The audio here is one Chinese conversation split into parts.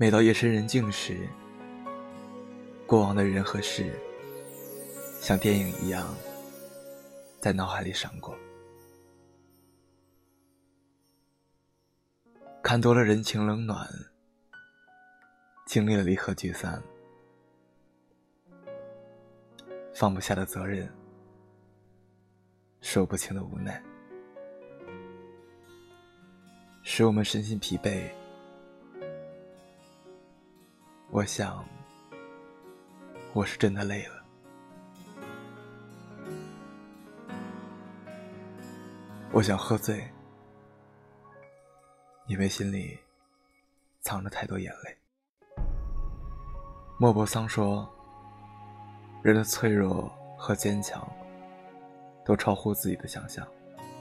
每到夜深人静时，过往的人和事像电影一样在脑海里闪过。看多了人情冷暖，经历了离合聚散，放不下的责任，说不清的无奈，使我们身心疲惫。我想，我是真的累了。我想喝醉，因为心里藏着太多眼泪。莫泊桑说，人的脆弱和坚强都超乎自己的想象。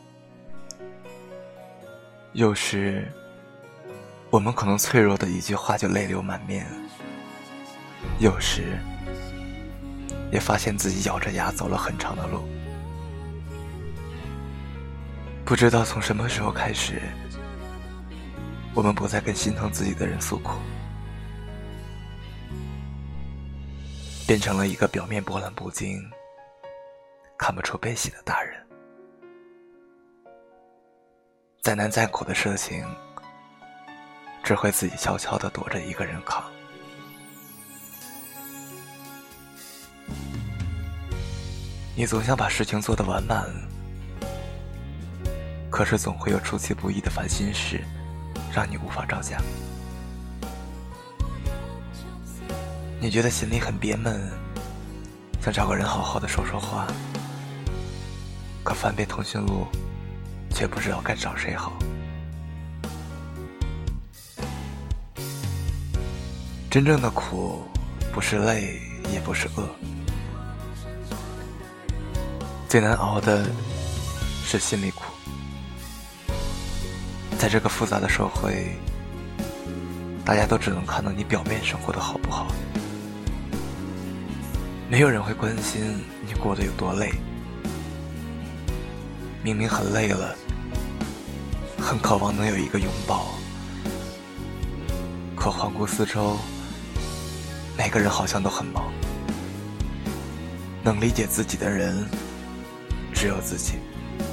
有时我们可能脆弱的一句话就泪流满面，有时也发现自己咬着牙走了很长的路。不知道从什么时候开始，我们不再跟心疼自己的人诉苦，变成了一个表面波澜不惊，看不出悲喜的大人。再难再苦的事情，只会自己悄悄地躲着一个人扛。你总想把事情做得完满，可是总会有出其不意的烦心事，让你无法招架。你觉得心里很憋闷，想找个人好好的说说话，可翻遍通讯录，却不知道该找谁好。真正的苦，不是累，也不是饿，最难熬的是心里苦。在这个复杂的社会，大家都只能看到你表面生活的好不好，没有人会关心你过得有多累。明明很累了，很渴望能有一个拥抱，可环顾四周，每个人好像都很忙，能理解自己的人只有自己。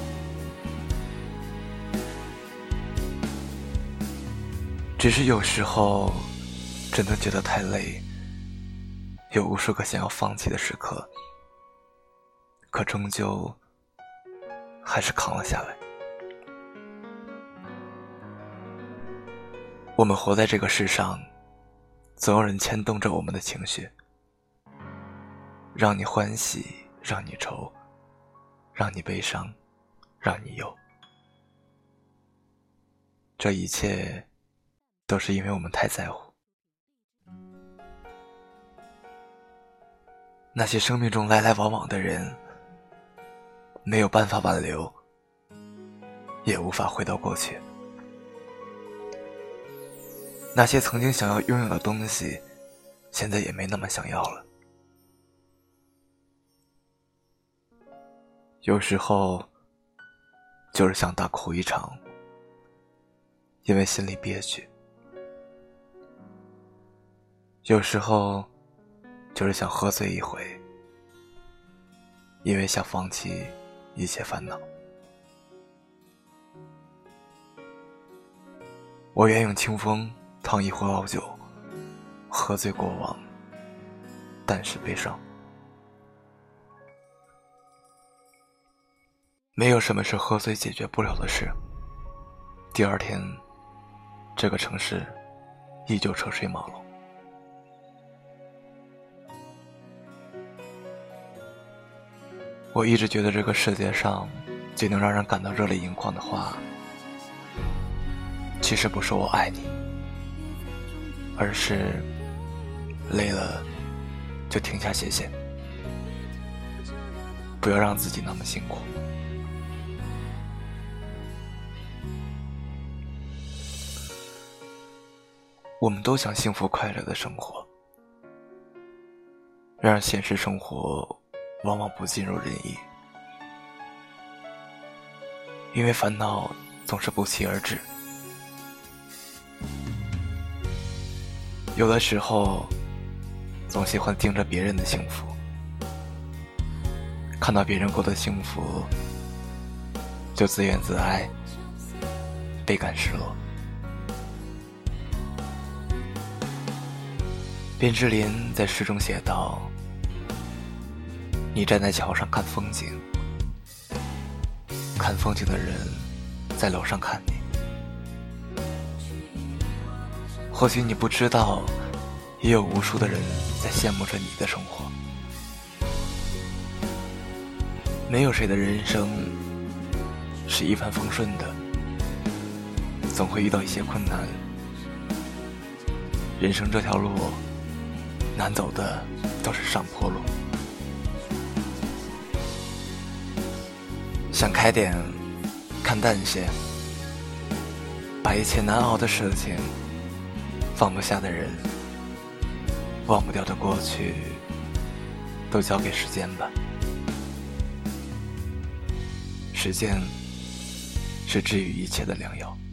只是有时候真的觉得太累，有无数个想要放弃的时刻，可终究还是扛了下来。我们活在这个世上，总有人牵动着我们的情绪，让你欢喜，让你愁，让你悲伤，让你忧。这一切都是因为我们太在乎。那些生命中来来往往的人，没有办法挽留，也无法回到过去。那些曾经想要拥有的东西，现在也没那么想要了。有时候就是想大哭一场，因为心里憋屈。有时候就是想喝醉一回，因为想放弃一切烦恼。我愿用清风烫一壶老酒，喝醉过往，但是悲伤。没有什么是喝醉解决不了的事。第二天，这个城市依旧车水马龙。我一直觉得这个世界上最能让人感到热泪盈眶的话，其实不是我爱你，而是累了就停下歇歇，不要让自己那么辛苦。我们都想幸福快乐的生活，然而现实生活往往不尽如人意，因为烦恼总是不期而至。 有的时候总喜欢盯着别人的幸福，看到别人过得幸福就自怨自艾，倍感失落。卞之琳在诗中写道：你站在桥上看风景，看风景的人在楼上看你。或许你不知道，也有无数的人在羡慕着你的生活。没有谁的人生是一帆风顺的，总会遇到一些困难。人生这条路，难走的都是上坡路。想开点，看淡些，把一切难熬的事情，放不下的人，忘不掉的过去，都交给时间吧。时间是治愈一切的良药。